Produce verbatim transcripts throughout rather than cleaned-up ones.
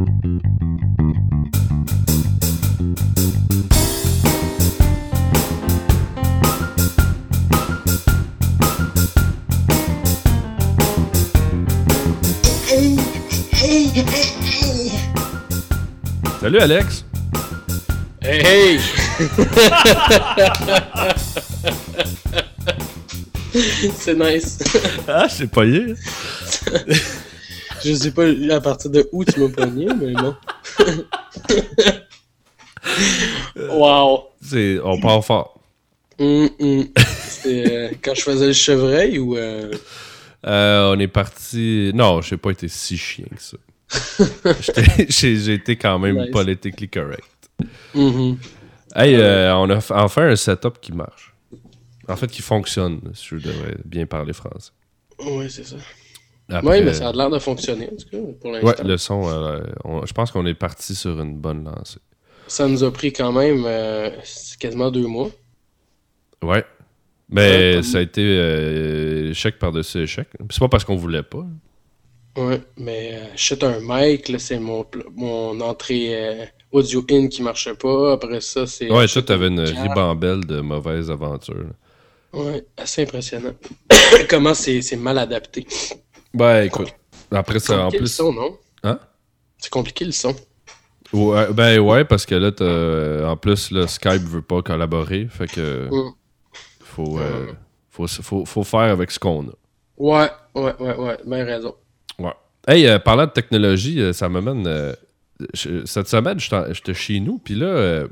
Salut Alex! Hey hey! C'est nice. Ah, je sais pas hier. Je sais pas à partir de où tu m'as pogné, mais non. Wow! C'est, on part fort. Mm, mm. C'est euh, quand je faisais le chevreuil ou... Euh... Euh, on est parti... Non, j'ai pas été si chien que ça. j'ai, j'ai été quand même nice. Politically correct. Mm-hmm. Hey, euh, on a f- enfin un setup qui marche. En fait, qui fonctionne, si je devrais bien parler français. Oui, c'est ça. Après, oui, mais ça a l'air de fonctionner, en tout cas, pour l'instant. Ouais, le son, euh, on, je pense qu'on est parti sur une bonne lancée. Ça nous a pris quand même euh, quasiment deux mois. Ouais. Mais ouais, ça a été euh, échec par-dessus échec. C'est pas parce qu'on voulait pas. Ouais, mais euh, shit, un mic, là, c'est mon, mon entrée euh, audio in qui marchait pas. Après ça, c'est... Ouais, toi, t'avais une ribambelle de mauvaises aventures. Là. Ouais, assez impressionnant. Comment c'est, c'est mal adapté. Ben, écoute, après ça, en plus... C'est compliqué le son, non? Hein? C'est compliqué le son. Ouais, ben ouais, parce que là, t'as, en plus, là, Skype veut pas collaborer, fait que... Mm. Faut, euh, mm. faut, faut, faut faire avec ce qu'on a. Ouais, ouais, ouais, ouais, bien raison. Ouais. Hey, euh, parlant de technologie, euh, ça m'amène... Euh, je, cette semaine, j'étais chez nous, puis là, euh,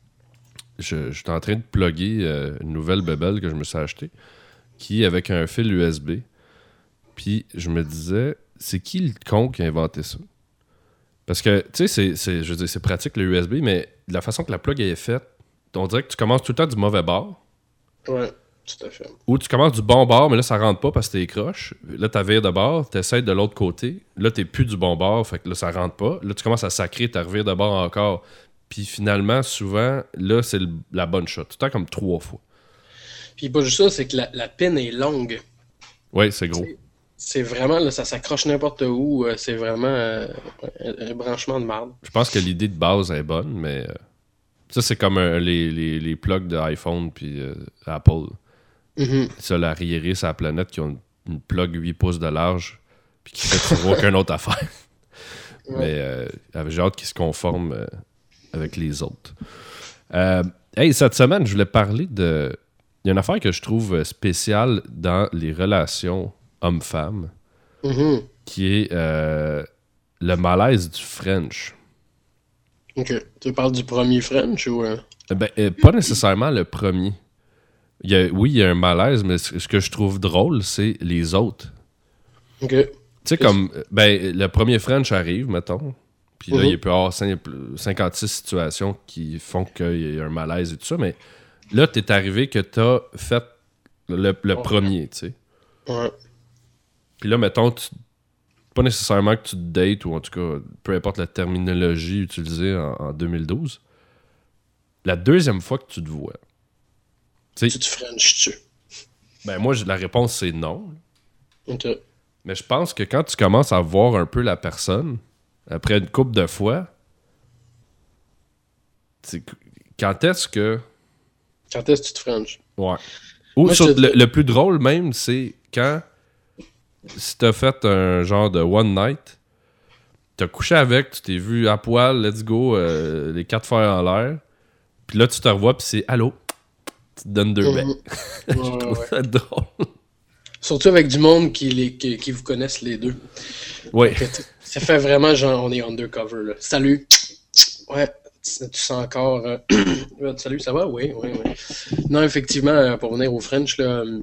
j'étais en train de plugger euh, une nouvelle bébelle que je me suis achetée, qui est avec un fil U S B. Puis je me disais, c'est qui le con qui a inventé ça? Parce que, tu sais, c'est, c'est, je veux dire, c'est pratique le U S B, mais de la façon que la plug est faite, on dirait que tu commences tout le temps du mauvais bord. Ouais. Tout à fait. Ou tu commences du bon bord, mais là, ça rentre pas parce que t'es croche. Là, t'as vire de bord, t'essaies de l'autre côté. Là, t'es plus du bon bord, fait que là, ça rentre pas. Là, tu commences à sacrer, t'as revire de bord encore. Puis finalement, souvent, là, c'est le, la bonne shot. Tout le temps comme trois fois. Puis pas juste ça, c'est que la, la pin est longue. Oui, c'est gros. C'est, c'est vraiment, là, ça s'accroche n'importe où. Euh, c'est vraiment euh, un, un branchement de marde. Je pense que l'idée de base est bonne, mais euh, ça, c'est comme un, les, les, les plugs de iPhone puis euh, Apple. Mm-hmm. Ça, la Rierie, c'est la planète qui ont une, une plug huit pouces de large puis qui fait toujours aucune autre affaire. Ouais. Mais euh, j'ai hâte qu'ils se conforment euh, avec les autres. Euh, hey, cette semaine, je voulais parler de... Il y a une affaire que je trouve spéciale dans les relations hommes-femmes mm-hmm. qui est euh, le malaise du French. OK. Tu parles du premier French ou... Euh... Ben, euh, pas nécessairement le premier. Il y a, oui, il y a un malaise, mais ce que je trouve drôle, c'est les autres. OK. Tu sais, comme, ben, le premier French arrive, mettons, puis là, mm-hmm. il peut y avoir cinquante-six situations qui font qu'il y a un malaise et tout ça, mais là, t'es arrivé que t'as fait le, le ouais. premier, tu sais. Ouais. Puis là, mettons, tu, pas nécessairement que tu te dates, ou en tout cas, peu importe la terminologie utilisée en, en deux mille douze, la deuxième fois que tu te vois, tu te Frenches-tu? Ben moi, la réponse, c'est non. OK. Mais je pense que quand tu commences à voir un peu la personne, après une couple de fois, quand est-ce que... Quand est-ce que tu te Frenches? Ouais. Ou moi, sur, te... le, le plus drôle même, c'est quand, si t'as fait un genre de one night, t'as couché avec, tu t'es vu à poil, let's go, euh, les quatre fers en l'air, puis là, tu te revois, puis c'est « Allô? » Tu te donnes deux mm-hmm. becs. Je ouais, trouve ouais. ça drôle. Surtout avec du monde qui, les, qui, qui vous connaissent les deux. Oui. Ça fait vraiment genre, on est undercover, là. Salut! Ouais, tu, tu sens encore... Euh... Salut, ça va? Oui, oui, oui. Non, effectivement, pour venir au French, là... Euh,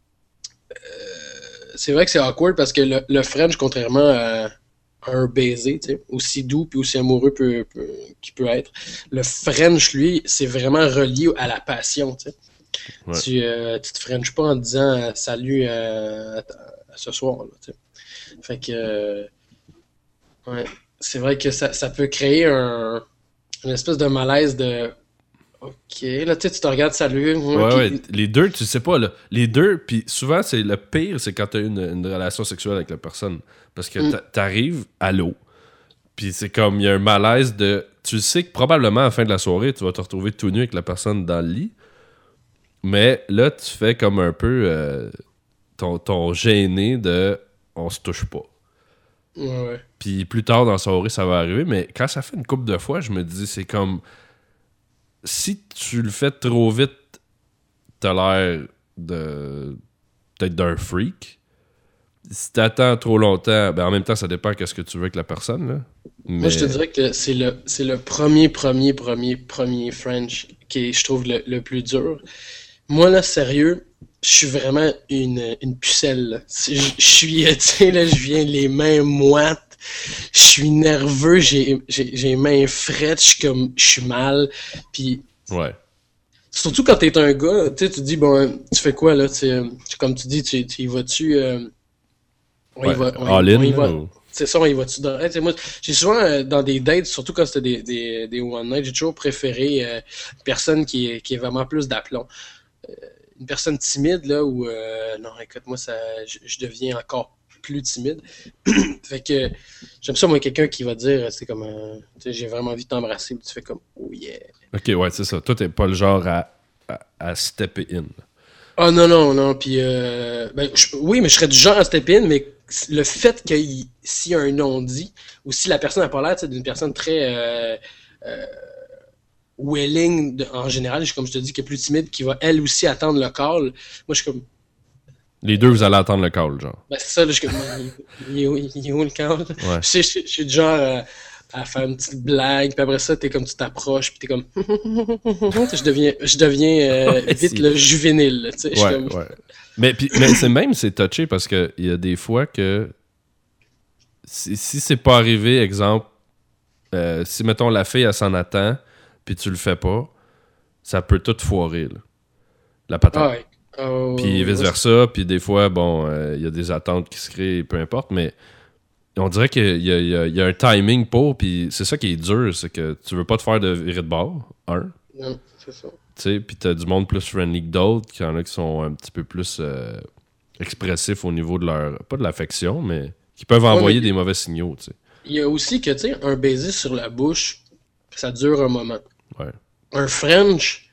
c'est vrai que c'est awkward parce que le, le French, contrairement à un baiser, tu sais, aussi doux puis aussi amoureux peut, peut, qu'il peut être, le French, lui, c'est vraiment relié à la passion, tu sais. Ouais. Tu, euh, tu te Frenches pas en disant euh, salut euh, à, à ce soir, là, tu sais. Fait que, euh, ouais, c'est vrai que ça, ça peut créer un, une espèce de malaise de OK, là, tu sais, tu te regardes, salut. Ouais, ouais, ouais. Les deux, tu sais pas, là. Les deux, puis souvent, c'est le pire, c'est quand t'as une, une relation sexuelle avec la personne. Parce que mm. t'arrives à l'eau, Puis c'est comme, il y a un malaise de... Tu sais que probablement à la fin de la soirée, tu vas te retrouver tout nu avec la personne dans le lit. Mais là, tu fais comme un peu euh, ton, ton gêné de « on se touche pas ». Ouais. Puis plus tard dans la soirée, ça va arriver. Mais quand ça fait une couple de fois, je me dis, c'est comme... Si tu le fais trop vite, t'as l'air de... peut-être d'un freak. Si t'attends trop longtemps, ben en même temps, ça dépend de ce que tu veux avec la personne, là. Mais... Moi, je te dirais que c'est le, c'est le premier, premier, premier, premier French qui est, je trouve, le, le plus dur. Moi, là, sérieux, je suis vraiment une, une pucelle, là. Je, je suis, tu sais, là, je viens les mains moites, je suis nerveux, j'ai, j'ai, j'ai les mains frettes, je suis comme, je suis mal, puis... Ouais. Surtout quand t'es un gars, tu sais, tu te dis, bon, tu fais quoi, là, tu sais, comme tu dis, tu, tu y vas-tu... Euh, on ouais. y va, on, All on in, y va. ou... C'est ça, on y va-tu dans... Hey, moi, j'ai souvent, euh, dans des dates, surtout quand c'était des, des, des one-night, j'ai toujours préféré euh, une personne qui est, qui est vraiment plus d'aplomb. Euh, une personne timide, là, où... Euh, non, écoute, moi, ça, je, je deviens encore plus timide. Fait que j'aime ça, moi, quelqu'un qui va dire, c'est comme, euh, tu sais, j'ai vraiment envie de t'embrasser, puis tu fais comme, oh yeah. Ok, ouais, c'est ça. Toi, t'es pas le genre à, à, à stepper in. Ah oh, non, non, non, puis euh, ben, je, oui, mais je serais du genre à step in, mais le fait qu'il s'il y a un non-dit, ou si la personne n'a pas l'air d'une personne très euh, euh, willing, de, en général, comme je te dis, qui est plus timide, qui va elle aussi attendre le call, moi je suis comme... Les deux, vous allez attendre le call, genre. Ben c'est ça, là, je suis comme, il, il, est où, il est où le call? Ouais. Je, je, je suis du genre euh, à faire une petite blague, puis après ça, t'es comme, tu t'approches, puis t'es comme... je deviens, je deviens euh, ouais, vite le juvénile, tu sais. Ouais, comme... ouais. Mais, pis, mais c'est même, c'est touché parce qu'il y a des fois que si, si c'est pas arrivé, exemple, euh, si, mettons, la fille, elle s'en attend, puis tu le fais pas, ça peut tout foirer, là, la patente. Ah ouais. Oh, puis vice-versa, puis des fois, bon, il euh, y a des attentes qui se créent, peu importe, mais on dirait qu'il y a, y a, y a un timing pour, puis c'est ça qui est dur, c'est que tu veux pas te faire de virer de bord, un. Non, c'est ça. Tu sais, puis t'as du monde plus friendly que d'autres, qu'il y en a qui sont un petit peu plus euh, expressifs au niveau de leur... pas de l'affection, mais qui peuvent envoyer ouais, des mauvais signaux, tu sais. Il y a aussi que, tu sais, un baiser sur la bouche, ça dure un moment. Ouais. Un French,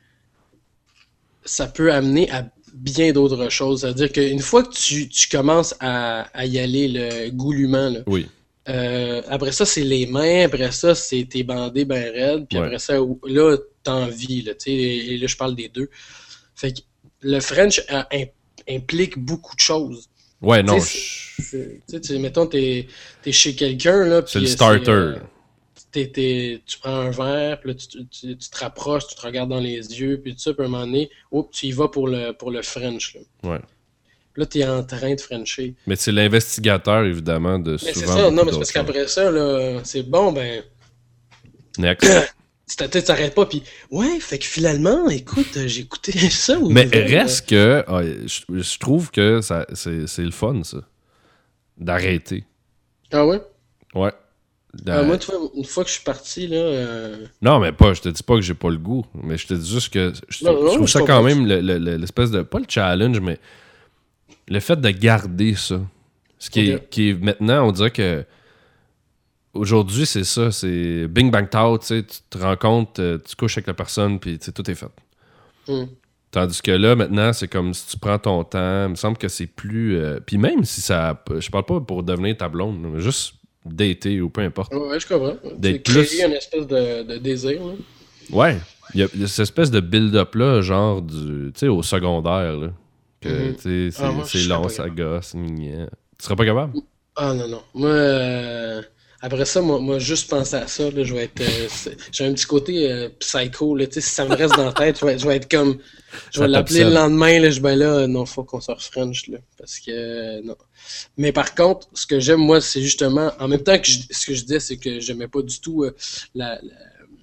ça peut amener à bien d'autres choses. C'est-à-dire qu'une fois que tu, tu commences à, à y aller, le goulûment, là, oui. euh, après ça, c'est les mains, après ça, c'est t'es bandé ben raide, puis ouais. après ça, là, t'as envie, là, tu sais, et, et là, je parle des deux. Fait que le French euh, implique beaucoup de choses. Ouais, non. Tu sais, mettons, t'es, t'es chez quelqu'un, là, c'est le starter. Euh, t'es, t'es, tu prends un verre, puis là, tu, tu, tu te rapproches, tu te regardes dans les yeux, puis tout ça, puis à un moment donné, oh, tu y vas pour le, pour le French, là. Ouais. Là, t'es en train de Frencher. Mais c'est l'investigateur, évidemment, de mais souvent... c'est ça, non, mais c'est parce qu'après ça, là, c'est bon, ben... Next. Tu t'arrêtes pas, puis ouais, fait que finalement, écoute, j'ai écouté ça. Ou mais reste que, oh, je, je trouve que ça, c'est, c'est le fun, ça, d'arrêter. Ah ouais? Ouais. Ah, moi, tu vois, une fois que je suis parti, là... Euh... Non, mais pas, je te dis pas que j'ai pas le goût, mais je te dis juste que je, non, non, je trouve je ça quand même le, le, l'espèce de... Pas le challenge, mais le fait de garder ça. Ce qui, okay. est, qui est maintenant, on dirait que aujourd'hui, c'est ça, c'est bing bang tao, tu sais, tu te rends compte, tu couches avec la personne, puis tout est fait. Mm. Tandis que là, maintenant, c'est comme si tu prends ton temps, il me semble que c'est plus... Euh, puis même si ça... Je parle pas pour devenir ta blonde, mais juste dater ou peu importe. Ouais, je comprends. D'être créer plus... une espèce de, de désir, là. Ouais, il y, y a cette espèce de build-up-là, genre du... Tu sais, au secondaire, là. Que, mm-hmm. tu sais, c'est, ah, moi, c'est long, ça gosse, mignon. Tu serais pas capable? Ah non, non. Moi, euh, après ça, moi, moi, juste penser à ça, là, je vais être... Euh, j'ai un petit côté euh, psycho, là, tu sais, si ça me reste dans la tête, je vais, je vais être comme... Je vais ça l'appeler le lendemain, là, je vais là, non, faut qu'on se refrench, là, parce que, euh, non. Mais par contre, ce que j'aime, moi, c'est justement, en même temps que je, ce que je disais, c'est que j'aimais pas du tout euh, la... la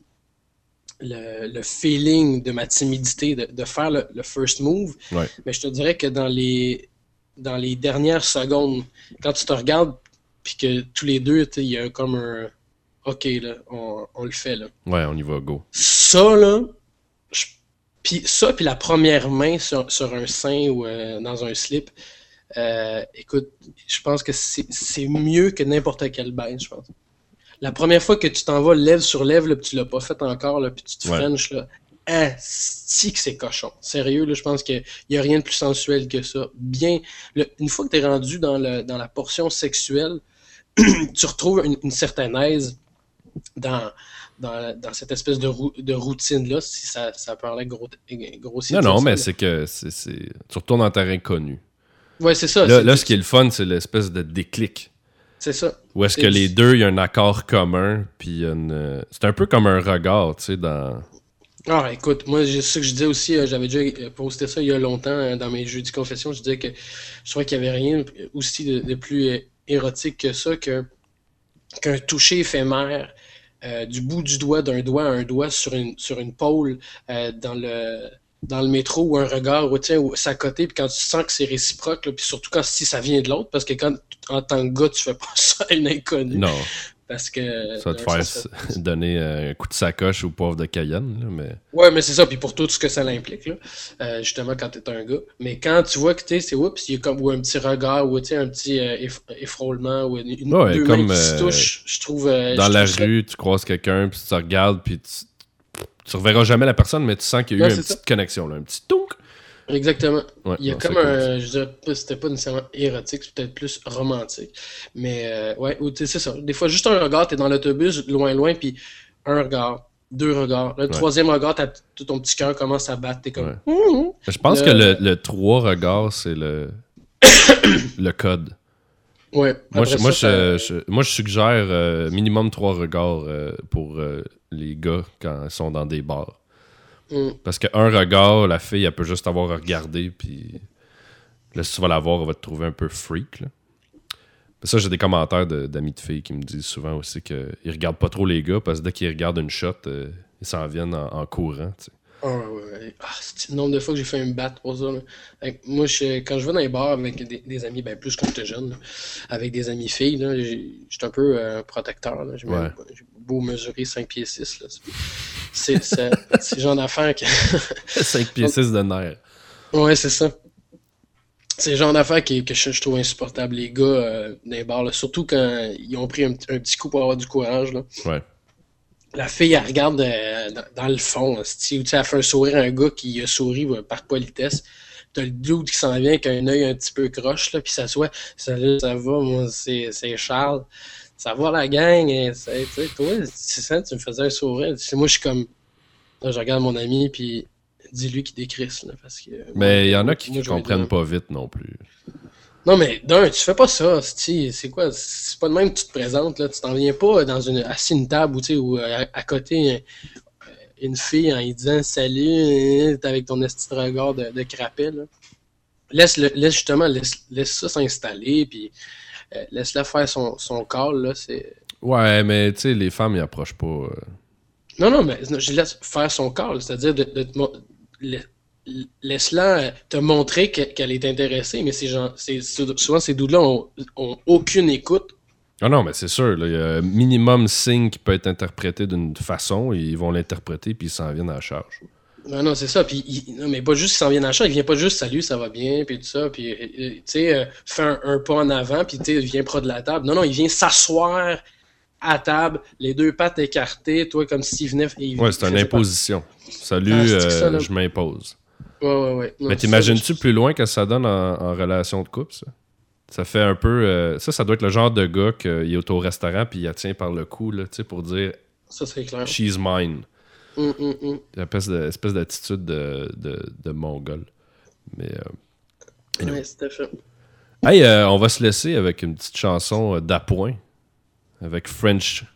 Le, le feeling de ma timidité, de, de faire le, le first move. Ouais. Mais je te dirais que dans les, dans les dernières secondes, quand tu te regardes, puis que tous les deux, il y a comme un OK, là, on, on le fait, là. Ouais, on y va, go. Ça, là, je, puis ça, puis la première main sur, sur un sein ou euh, dans un slip, euh, écoute, je pense que c'est, c'est mieux que n'importe quel bain, je pense. la première fois que tu t'en vas lèvre sur lèvre, là, puis tu l'as pas fait encore, là, puis tu te Ouais. frenches, là, ah, si que c'est cochon. Sérieux, là, je pense qu'il y a rien de plus sensuel que ça. Bien, le- une fois que t'es rendu dans, le, dans la portion sexuelle, tu retrouves une, une certaine aise dans, dans, dans cette espèce de, rou- de routine-là, si ça, ça parlait gros, grossier. Non, de non, ça, mais là. c'est que c'est, c'est... tu retournes en terrain connu. Ouais, c'est ça. Là, c'est, là, ce qui est le fun, c'est l'espèce de déclic. c'est ça. Où est-ce C'est- que les deux, il y a un accord commun, puis il y a une... euh, c'est un peu comme un regard, tu sais, dans... Ah, écoute, moi, c'est ça que je disais aussi, euh, j'avais déjà euh, posté ça il y a longtemps euh, dans mes jeudis confessions, je disais que je trouvais qu'il n'y avait rien aussi de, de plus euh, érotique que ça, que, qu'un toucher éphémère euh, du bout du doigt, d'un doigt à un doigt sur une, sur une pôle euh, dans le dans le métro ou un regard ou tiens ou à côté puis quand tu sens que c'est réciproque là, puis surtout quand si ça vient de l'autre parce que quand en tant que gars tu fais pas ça à une inconnue Non, parce que ça va te d'un, faire ça s- donner euh, un coup de sacoche au poivre de Cayenne, là, mais... Ouais, mais c'est ça, puis pour tout ce que ça implique, là, euh, justement, quand t'es un gars. Mais quand tu vois que, tu sais, c'est oups, il y a comme ou un petit regard, ou tu sais, un petit euh, eff- effrôlement, ou une, une- Ouais, deux comme, mains qui se euh, touchent, je trouve... euh, Dans je la trouve ça- rue, tu croises quelqu'un, puis tu te regardes, puis tu... tu reverras jamais la personne, mais tu sens qu'il y a eu Ouais, une c'est ça. petite connexion, là, un petit touk. Exactement. Ouais, Il y a non, comme c'est cool, un... ça. Je dirais pas, c'était pas nécessairement érotique, c'est peut-être plus romantique. Mais, euh, ouais, ou tu sais, c'est ça. Des fois, juste un regard, t'es dans l'autobus, loin, loin, puis un regard, deux regards. Le troisième regard, t'as, tout ton petit cœur commence à battre, t'es comme... Ouais. Hum, hum. Je pense Le- que le, le trois regards, c'est le... le code. Ouais. Moi, Après je, moi, ça, je, ça- je- moi, je suggère euh, minimum trois regards euh, pour euh, les gars quand ils sont dans des bars. hum. Parce qu'un regard, la fille, elle peut juste avoir à regarder, puis là, si tu vas la voir, elle va te trouver un peu freak. Là. Mais ça, j'ai des commentaires de- d'amis de filles qui me disent souvent aussi qu'ils regardent pas trop les gars, parce que dès qu'ils regardent une shot, euh, ils s'en viennent en, en courant. Tu sais. Ah ouais, ouais, ouais. Ah, c'est le nombre de fois que j'ai fait me battre pour ça. Là. Fait que moi, je, quand je vais dans les bars avec des, des amis, ben plus quand j'étais jeune, là, avec des amis filles, là, j'ai- j'étais un peu euh, protecteur. Là. J'ai, Ouais. même- j'ai beau mesurer cinq pieds six. Là. C'est, c'est, c'est le genre d'affaire que... cinq pieds six de nerfs. Ouais, c'est ça. C'est le genre d'affaire qui, que je, je trouve insupportable, les gars euh, dans les bars. Là. Surtout quand ils ont pris un, un petit coup pour avoir du courage. Là. Ouais. La fille, elle regarde euh, dans, dans le fond. Si elle fait un sourire à un gars qui a souri euh, par politesse. T'as le dude qui s'en vient avec un œil un petit peu croche, là, puis ça soit Salut, ça va, moi, c'est, c'est Charles. Ça va la gang, hein, c'est, tu sais, toi, tu sens, tu me faisais un sourire. C'est moi, je suis comme. Là, je regarde mon ami, puis dis-lui qu'il décrisse, là, parce que. Mais il y en a qui moi, je vais comprennent dire- pas vite non plus. Non, mais d'un, tu fais pas ça, c'est c'est quoi? C'est pas de même que tu te présentes, là. Tu t'en viens pas dans une, assis à une table ou, tu sais, ou à, à côté euh, une fille en lui disant salut, euh, t'es avec ton esti de regard de, de crapet, là. Laisse, le, laisse justement, laisse, laisse ça s'installer, puis euh, laisse-la faire son, son call, là. C'est. Ouais, mais tu sais, les femmes, ils approchent pas. euh. Non, non, mais non, je laisse faire son call, c'est-à-dire de, de, te mon- la- laisse-la euh, te montrer que- qu'elle est intéressée, mais ces gens, c'est, souvent ces dudes-là ont, ont aucune écoute. Ah non, mais c'est sûr, là, il y a un minimum signe qui peut être interprété d'une façon, et ils vont l'interpréter, puis ils s'en viennent à la charge. Non, non, c'est ça. Puis, il- non, mais pas juste qu'il s'en vienne à chat, il vient pas juste salut, ça va bien, puis tout ça, puis euh, euh, tu sais, euh, fait un, un pas en avant, puis tu sais, il vient près de la table. Non, non, il vient s'asseoir à table, les deux pattes écartées, toi, comme s'il venait. il- Ouais, c'est il une faisait pas- imposition. Salut, Ah, c'est que ça, euh, là. je m'impose. Ouais, ouais, ouais. Non, Mais ça, t'imagines-tu je- plus loin que ça donne en, en relation de couple, ça? Ça fait un peu... euh, ça, ça doit être le genre de gars qu'il est au restaurant puis il la tient par le cou, là, tu sais, pour dire Ça, c'est clair. « She's mine Hum, hum, hum. ». Une espèce, de, espèce d'attitude de, de, de mongol. Mais... euh, Anyway. Ouais, tout à fait. Hey, euh, on va se laisser avec une petite chanson euh, d'appoint. Avec French...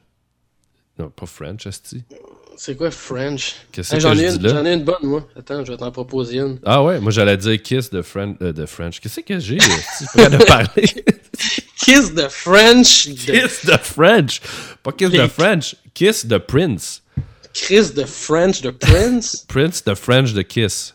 Non, pas French, asti. C'est quoi French? Qu'est-ce Hey, que j'en, je ai dis une, là? j'en ai une bonne, moi. Attends, je vais t'en proposer une. Ah ouais, moi j'allais dire Kiss de, Fren- euh, de French. Qu'est-ce que j'ai? asti? Je suis pas capable de parler. Kiss the French de Kiss the French. Pas Kiss Les- the French. Kiss the Prince. Chris the French de Prince. Prince the French de Kiss.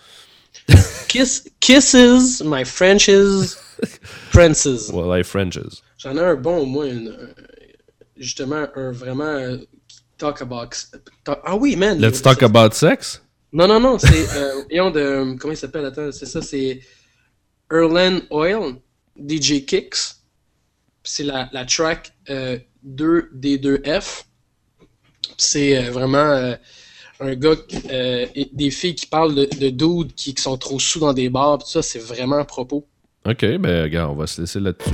Kiss, kisses, my Frenches, princes. Well, I Frenches. J'en ai un bon, moi, une- un- justement, un vraiment euh, qui talk about. talk- ah oui, man! Let's talk c'est- about sex. Non, non, non, c'est. Euh, voyons de. Comment il s'appelle? Attends, c'est ça, c'est. Erlen Oil, D J Kicks. c'est la, la track euh, deux D deux F. C'est euh, vraiment euh, un gars, euh, et des filles qui parlent de, de dudes qui, qui sont trop sous dans des bars, tout ça, c'est vraiment à propos. Ok, ben regarde, on va se laisser là-dessus.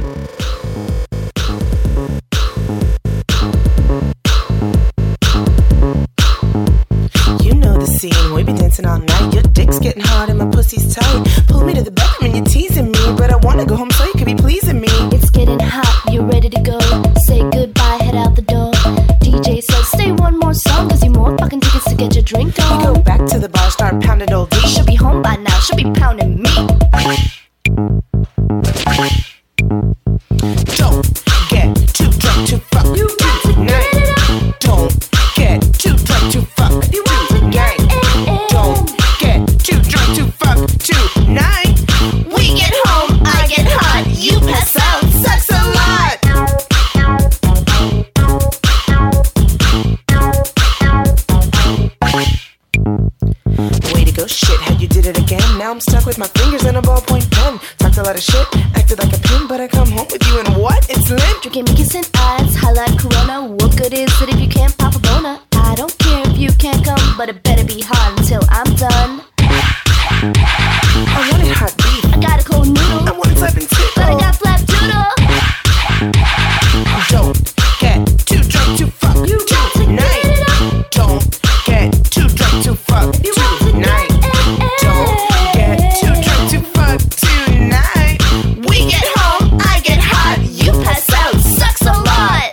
You know the scene, we be dancing all night. Your dick's getting hard and my pussy's tight. Pull me to the bathroom and you're teasing me, but I wanna go home so you could be pleasing me. It's getting hot, you ready to go? Say goodbye, head out the door. D J says stay one more song, cause you more fucking tickets to get your drink on. We go back to the bar, start pounding old D. She'll be home by now, she'll be pounding me. Don't get too drunk to fuck. You got to get it up. Don't get too drunk to fuck. You want to get it. Don't get too drunk to fuck tonight. We get home, I get hot, you pass out, sucks a lot. Way to go, shithead, you did it again. Now I'm stuck with my fingers and a ballpoint pen. Talked a lot of shit, acted like a pimp, but I come home with you and what? It's limp. Drinking me kissing eyes, highlight Corona. What good is it if you can't pop a boner? I don't care if you can't come, but it better be hot until I'm done. I wanted hot beef. I got a cold noodle, I wanted slapping tickle. but I got flap doodle. Don't get too drunk to fuck You got to tonight. get it up. Don't get too drunk to fuck You want to tonight. get it. Don't get too drunk to fuck tonight. We get home, I get hot, you pass out, sucks a lot.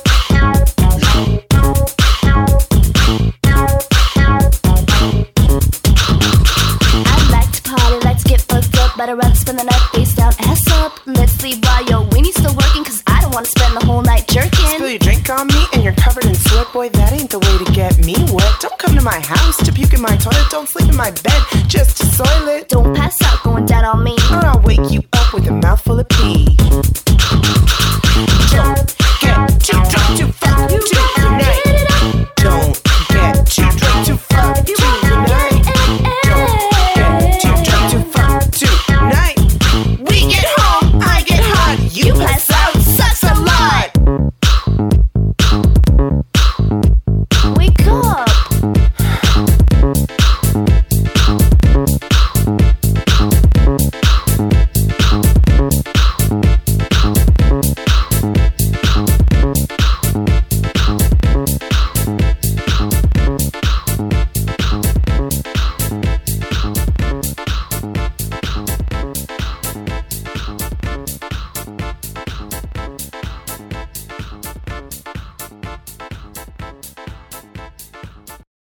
I like to party, like to get fucked up, but I'd rather spend the night face down, ass up. Let's sleep while your weenie's still working, cause I don't wanna spend the whole night Spill jerking. your drink on me and you're covered in sweat. Boy, that ain't the way to get me wet. Don't come to my house to puke in my toilet. Don't sleep in my bed just to soil it. Don't pass out going down on me. Or I'll wake you up with a mouthful of pee.